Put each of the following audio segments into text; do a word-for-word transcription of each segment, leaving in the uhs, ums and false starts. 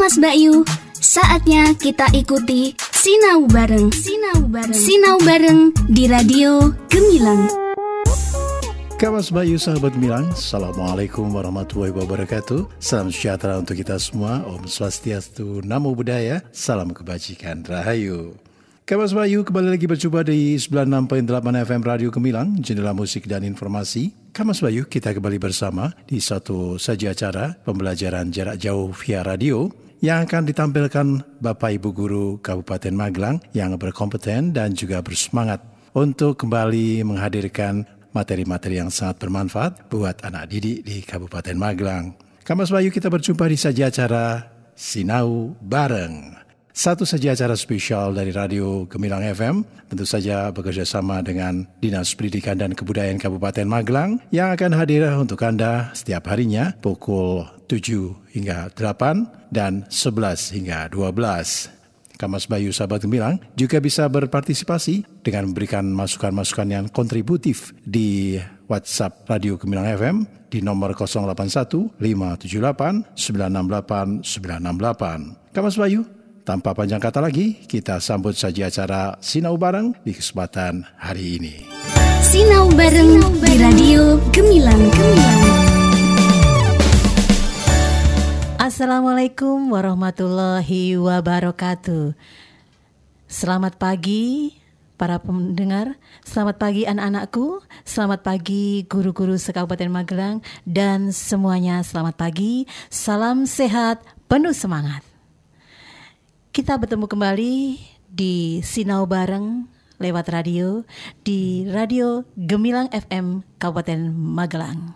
Mas Bayu, saatnya kita ikuti Sinau Bareng. Sinau Bareng. Sinau Bareng di Radio Gemilang. Kawas Bayu, sahabat Gemilang, Assalamualaikum warahmatullahi wabarakatuh. Salam sejahtera untuk kita semua. Om Swastiastu, Namo Buddhaya, salam kebajikan, Rahayu. Kawas Bayu kembali lagi berjumpa di sembilan puluh enam koma delapan F M Radio Gemilang, jendela musik dan informasi. Kawas Bayu, kita kembali bersama di satu saja acara pembelajaran jarak jauh via radio yang akan ditampilkan Bapak Ibu Guru Kabupaten Magelang yang berkompeten dan juga bersemangat untuk kembali menghadirkan materi-materi yang sangat bermanfaat buat anak didik di Kabupaten Magelang. Kamas Bayu, kita berjumpa di saja acara Sinau Bareng. Satu saja acara spesial dari Radio Gemilang F M, tentu saja bekerja sama dengan Dinas Pendidikan dan Kebudayaan Kabupaten Magelang yang akan hadir untuk Anda setiap harinya pukul tujuh hingga delapan dan sebelas hingga dua belas. Kamas Bayu sahabat Gemilang juga bisa berpartisipasi dengan memberikan masukan-masukan yang kontributif di WhatsApp Radio Gemilang F M di nomor nol delapan satu lima tujuh delapan sembilan enam delapan sembilan enam delapan. Kamas Bayu, tanpa panjang kata lagi, kita sambut saja acara Sinau Bareng di kesempatan hari ini. Sinau Bareng di Radio Gemilang. Gemilang. Assalamualaikum warahmatullahi wabarakatuh. Selamat pagi para pendengar, selamat pagi anak-anakku, selamat pagi guru-guru se-Kabupaten Magelang, dan semuanya selamat pagi, salam sehat, penuh semangat. Kita bertemu kembali di Sinau Bareng lewat radio, di Radio Gemilang F M Kabupaten Magelang.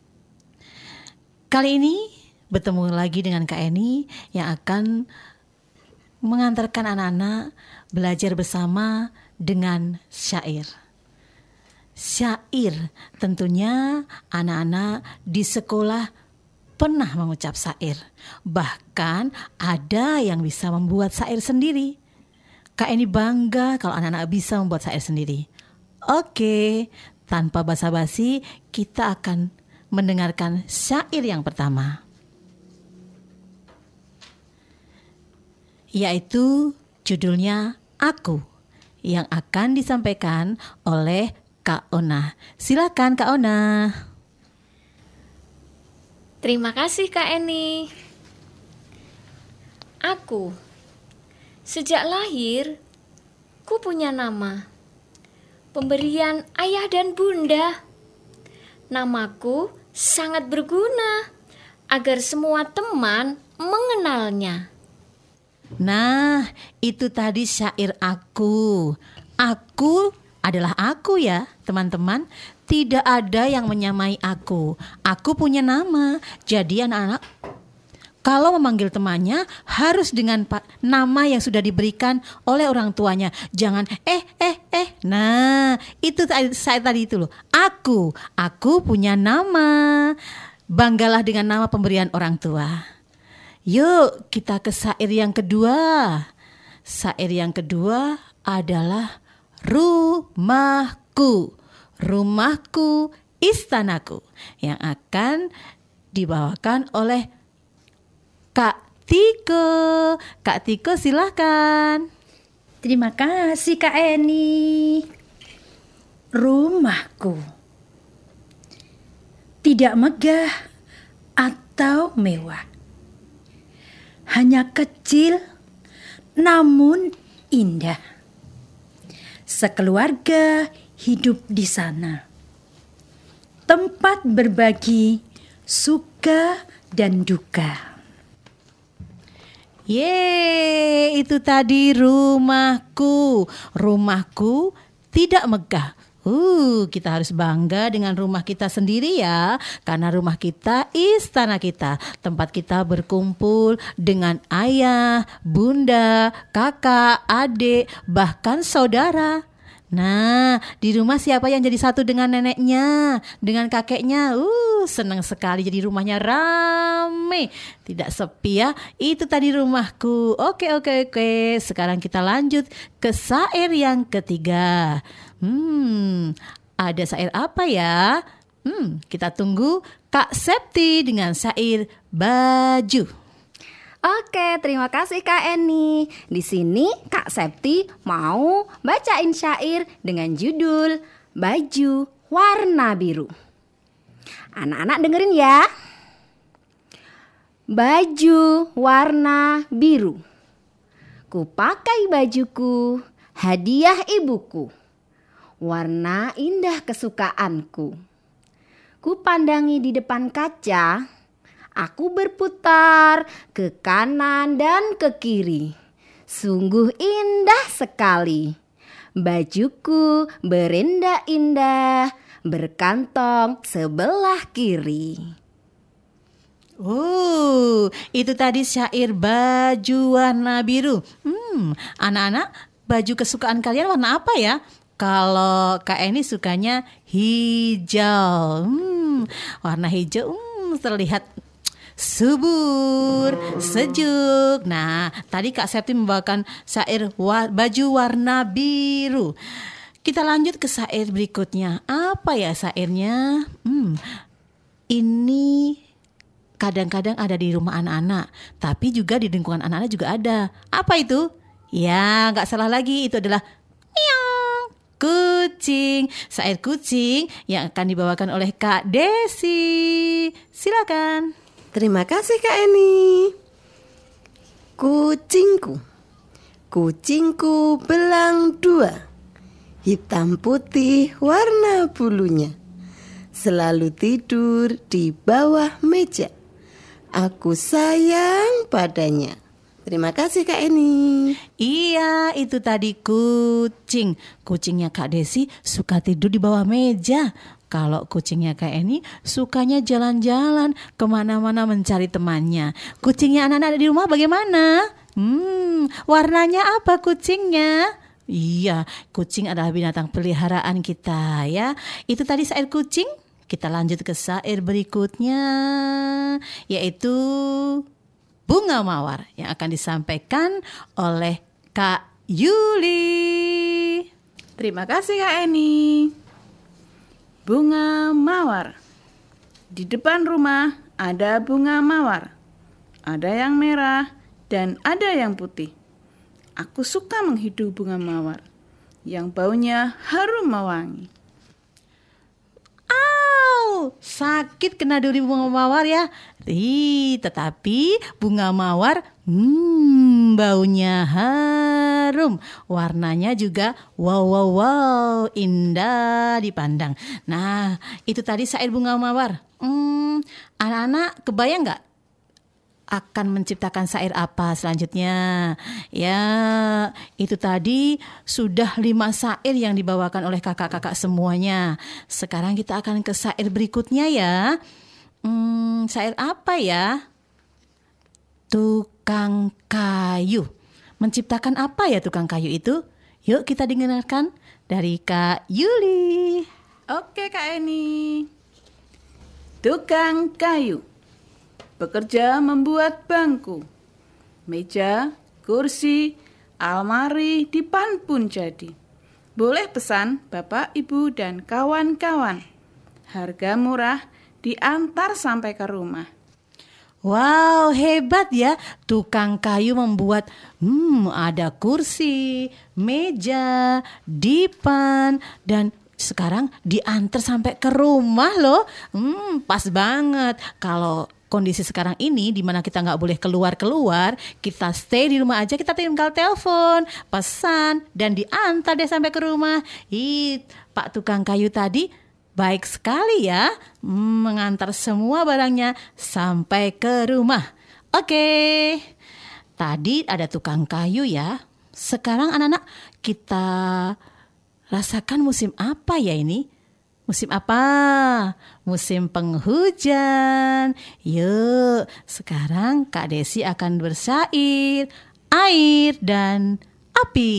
Kali ini bertemu lagi dengan Kak Eni yang akan mengantarkan anak-anak belajar bersama dengan syair. Syair, tentunya anak-anak di sekolah pernah mengucap syair. Bahkan ada yang bisa membuat syair sendiri. Kak Eni bangga kalau anak-anak bisa membuat syair sendiri. Oke, tanpa basa-basi kita akan mendengarkan syair yang pertama, yaitu judulnya Aku, yang akan disampaikan oleh Kak Ona. Silakan Kak Ona. Terima kasih Kak Eni. Aku, sejak lahir, ku punya nama, pemberian ayah dan bunda. Namaku sangat berguna agar semua teman mengenalnya. Nah, itu tadi syair Aku. Aku adalah aku ya, teman-teman. Tidak ada yang menyamai aku. Aku punya nama. Jadi anak-anak, kalau memanggil temannya harus dengan nama yang sudah diberikan oleh orang tuanya. Jangan eh, eh, eh. Nah, itu saya tadi itu loh. Aku, aku punya nama. Banggalah dengan nama pemberian orang tua. Yuk kita ke syair yang kedua. Syair yang kedua adalah Rumahku. Rumahku, istanaku, yang akan dibawakan oleh Kak Tiko. Kak Tiko silahkan. Terima kasih Kak Eni. Rumahku tidak megah atau mewah, hanya kecil namun indah. Sekeluarga hidup di sana, tempat berbagi suka dan duka. Yeay, itu tadi rumahku. Rumahku tidak megah. Uh, kita harus bangga dengan rumah kita sendiri ya, karena rumah kita istana kita, tempat kita berkumpul dengan ayah, bunda, kakak, adik, bahkan saudara. Nah, di rumah siapa yang jadi satu dengan neneknya, dengan kakeknya? Uh, senang sekali, jadi rumahnya rame, tidak sepi ya. Itu tadi rumahku. Oke, oke, oke. Sekarang kita lanjut ke syair yang ketiga. Hmm, ada syair apa ya? Hmm, kita tunggu Kak Septi dengan syair Baju. Oke, terima kasih Kak Eni. Di sini Kak Septi mau bacain syair dengan judul Baju Warna Biru. Anak-anak dengerin ya. Baju warna biru. Ku pakai bajuku, hadiah ibuku. Warna indah kesukaanku. Ku pandangi di depan kaca. Aku berputar ke kanan dan ke kiri. Sungguh indah sekali. Bajuku berindah-indah, berkantong sebelah kiri. Oh, itu tadi syair Baju Warna Biru. Hmm, anak-anak, baju kesukaan kalian warna apa ya? Kalau Kak Eni sukanya hijau. Hmm, warna hijau hmm, terlihat subur, sejuk. Nah, tadi Kak Septi membawakan syair wa- Baju Warna Biru. Kita lanjut ke syair berikutnya. Apa ya syairnya? Hmm, ini kadang-kadang ada di rumah anak-anak, tapi juga di lingkungan anak-anak juga ada. Apa itu? Ya, gak salah lagi, itu adalah miau, kucing. Syair kucing yang akan dibawakan oleh Kak Desi. Silakan. Terima kasih Kak Eni. Kucingku, kucingku belang dua, hitam putih warna bulunya, selalu tidur di bawah meja. Aku sayang padanya. Terima kasih Kak Eni. Iya, itu tadi kucing. Kucingnya Kak Desi suka tidur di bawah meja. Kalau kucingnya Kak Eni sukanya jalan-jalan kemana-mana mencari temannya. Kucingnya anak-anak di rumah bagaimana? Hmm, warnanya apa kucingnya? Iya, kucing adalah binatang peliharaan kita ya. Itu tadi syair kucing. Kita lanjut ke syair berikutnya, yaitu Bunga Mawar yang akan disampaikan oleh Kak Yuli. Terima kasih Kak Eni. Bunga mawar. Di depan rumah ada bunga mawar. Ada yang merah dan ada yang putih. Aku suka menghidup bunga mawar yang baunya harum mewangi. Au, sakit kena duri bunga mawar ya. Ih, tetapi bunga mawar hmm, baunya harum. Warnanya juga wow wow wow, indah dipandang. Nah, itu tadi syair bunga mawar. Hmm, anak-anak kebayang nggak akan menciptakan syair apa selanjutnya? Ya, itu tadi sudah lima syair yang dibawakan oleh kakak-kakak semuanya. Sekarang kita akan ke syair berikutnya ya. Hmm, syair apa ya? Tukang kayu. Menciptakan apa ya tukang kayu itu? Yuk kita dengarkan dari Kak Yuli. Oke Kak Eni. Tukang kayu bekerja membuat bangku, meja, kursi, almari, dipan pun jadi. Boleh pesan Bapak, Ibu, dan kawan-kawan. Harga murah, diantar sampai ke rumah. Wow, hebat ya. Tukang kayu membuat hmm, ada kursi, meja, dipan, dan sekarang diantar sampai ke rumah loh. Hmm, pas banget. Kalau kondisi sekarang ini di mana kita nggak boleh keluar-keluar, kita stay di rumah aja, kita tinggal telepon, pesan, dan diantar deh sampai ke rumah. Ih, Pak tukang kayu tadi baik sekali ya, hmm, mengantar semua barangnya sampai ke rumah. Oke, tadi ada tukang kayu ya. Sekarang anak-anak kita rasakan musim apa ya ini? Musim apa? Musim penghujan. Yuk, sekarang Kak Desi akan bersyair air dan api.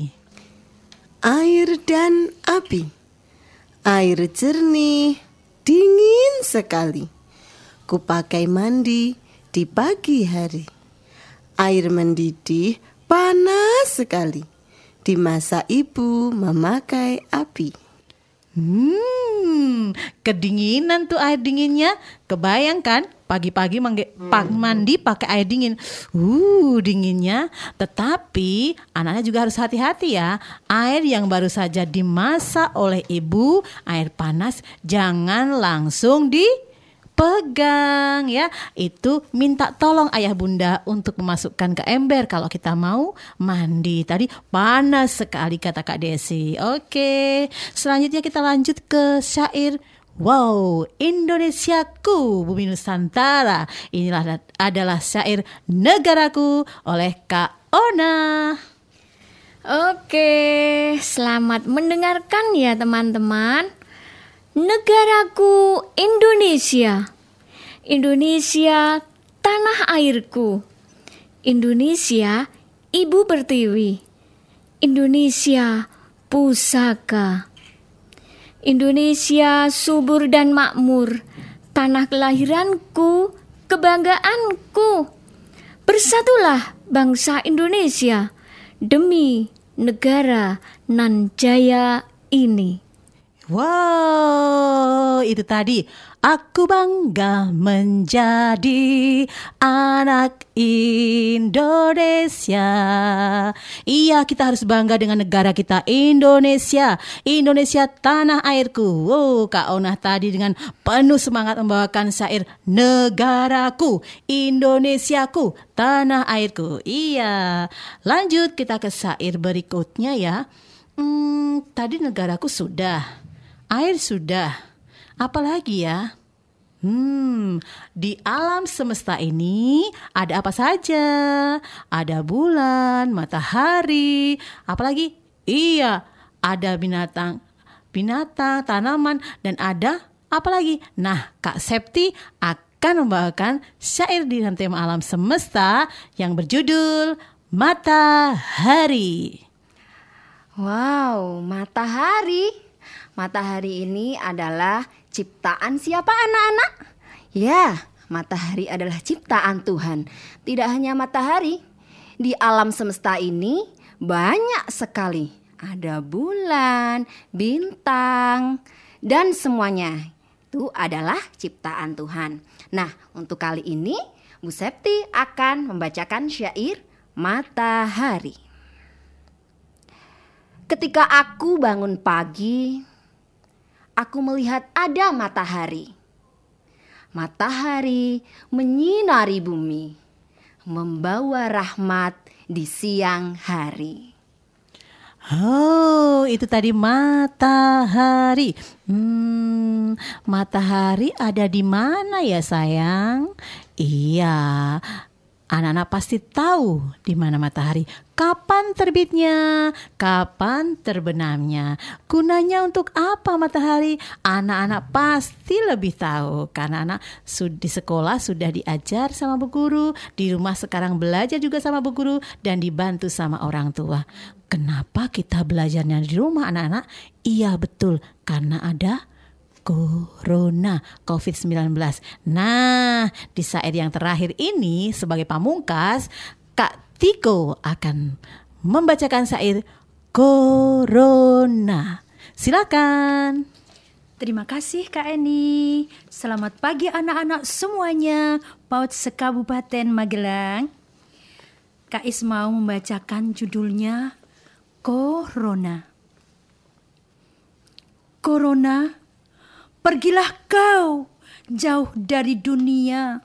Air dan api. Air jernih, dingin sekali. Kupakai mandi di pagi hari. Air mendidih, panas sekali. Di masa ibu memakai api. Hmm, Hmm, kedinginan tuh air dinginnya. Kebayangkan pagi-pagi mangge- pa- mandi pakai air dingin. Uh, dinginnya. Tetapi anak-anak juga harus hati-hati ya. Air yang baru saja dimasak oleh ibu, air panas, jangan langsung di pegang ya. Itu minta tolong ayah bunda untuk memasukkan ke ember kalau kita mau mandi. Tadi panas sekali kata Kak Desi. Oke, selanjutnya kita lanjut ke syair Wow, Indonesiaku, Bumi Nusantara. Inilah adalah syair Negaraku oleh Kak Ona. Oke, selamat mendengarkan ya teman-teman. Negaraku Indonesia, Indonesia tanah airku, Indonesia ibu pertiwi, Indonesia pusaka, Indonesia subur dan makmur, tanah kelahiranku, kebanggaanku. Bersatulah bangsa Indonesia demi negara nan jaya ini. Wow, itu tadi aku bangga menjadi anak Indonesia. Iya, kita harus bangga dengan negara kita Indonesia. Indonesia tanah airku. Wow, Kak Ona tadi dengan penuh semangat membawakan syair Negaraku, Indonesiaku, tanah airku. Iya, lanjut kita ke syair berikutnya ya. Hmm, tadi negaraku sudah. Air sudah, apalagi ya? Hmm, di alam semesta ini ada apa saja? Ada bulan, matahari, apalagi? Iya, ada binatang, binatang, tanaman, dan ada apalagi? Nah, Kak Septi akan membawakan syair dengan tema alam semesta yang berjudul Matahari. Wow, matahari. Matahari ini adalah ciptaan siapa anak-anak? Ya, matahari adalah ciptaan Tuhan. Tidak hanya matahari, di alam semesta ini banyak sekali. Ada bulan, bintang, dan semuanya itu adalah ciptaan Tuhan. Nah, untuk kali ini Bu Septi akan membacakan syair Matahari. Ketika aku bangun pagi, aku melihat ada matahari. Matahari menyinari bumi, membawa rahmat di siang hari. Oh, itu tadi matahari. Hmm, matahari ada di mana ya sayang? Iya, anak-anak pasti tahu di mana matahari. Kapan terbitnya? Kapan terbenamnya? Gunanya untuk apa matahari? Anak-anak pasti lebih tahu karena anak di sekolah sudah diajar sama bu guru, di rumah sekarang belajar juga sama bu guru dan dibantu sama orang tua. Kenapa kita belajarnya di rumah anak-anak? Iya betul, karena ada Corona, covid sembilan belas. Nah, di syair yang terakhir ini sebagai pamungkas, Kak Tiko akan membacakan syair Corona. Silakan. Terima kasih Kak Eni. Selamat pagi anak-anak semuanya. Paut se-Kabupaten Magelang. Kak Is mau membacakan judulnya Corona. Corona, pergilah kau jauh dari dunia.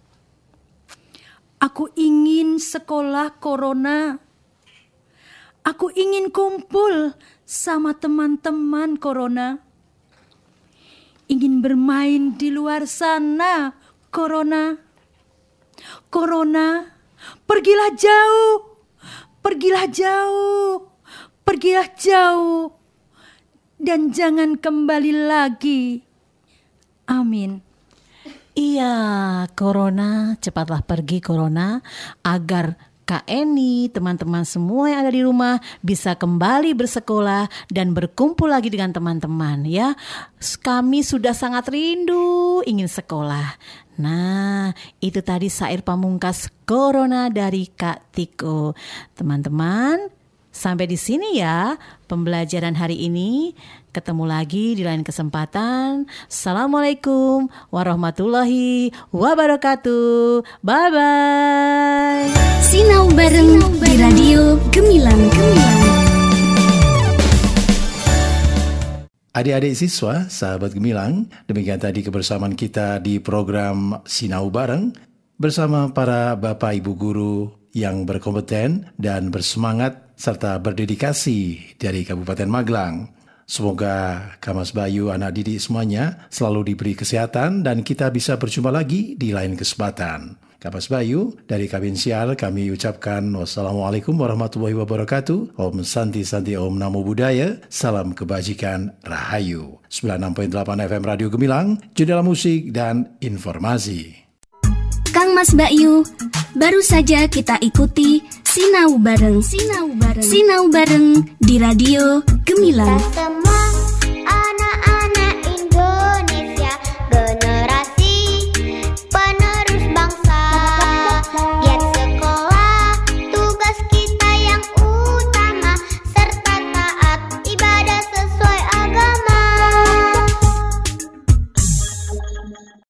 Aku ingin sekolah Corona. Aku ingin kumpul sama teman-teman Corona. Ingin bermain di luar sana Corona. Corona, pergilah jauh. Pergilah jauh. Pergilah jauh. Dan jangan kembali lagi. Amin. Iya, Corona, cepatlah pergi Corona, agar Kak Eni, teman-teman semua yang ada di rumah bisa kembali bersekolah dan berkumpul lagi dengan teman-teman ya. Kami sudah sangat rindu ingin sekolah. Nah, itu tadi syair pamungkas Corona dari Kak Tiko. Teman-teman, Sampai di sini ya pembelajaran hari ini. Ketemu lagi di lain kesempatan. Assalamualaikum warahmatullahi wabarakatuh. Bye-bye. Sinau bareng di Radio Gemilang Gemilang. Adik-adik siswa, sahabat Gemilang, demikian tadi kebersamaan kita di program Sinau Bareng bersama para Bapak Ibu Guru yang berkompeten dan bersemangat serta berdedikasi dari Kabupaten Magelang. Semoga Kamas Bayu, anak didik semuanya selalu diberi kesehatan dan kita bisa berjumpa lagi di lain kesempatan. Kamas Bayu, dari Kabinsial kami ucapkan wassalamualaikum warahmatullahi wabarakatuh. Om Santi Santi Om Namo Buddhaya. Salam kebajikan Rahayu. sembilan puluh enam koma delapan F M Radio Gemilang, jendela musik dan informasi. Kang Mas Bayu, baru saja kita ikuti Sinau Bareng, Sinau Bareng, Sinau Bareng di Radio Gemilang. Kita semua anak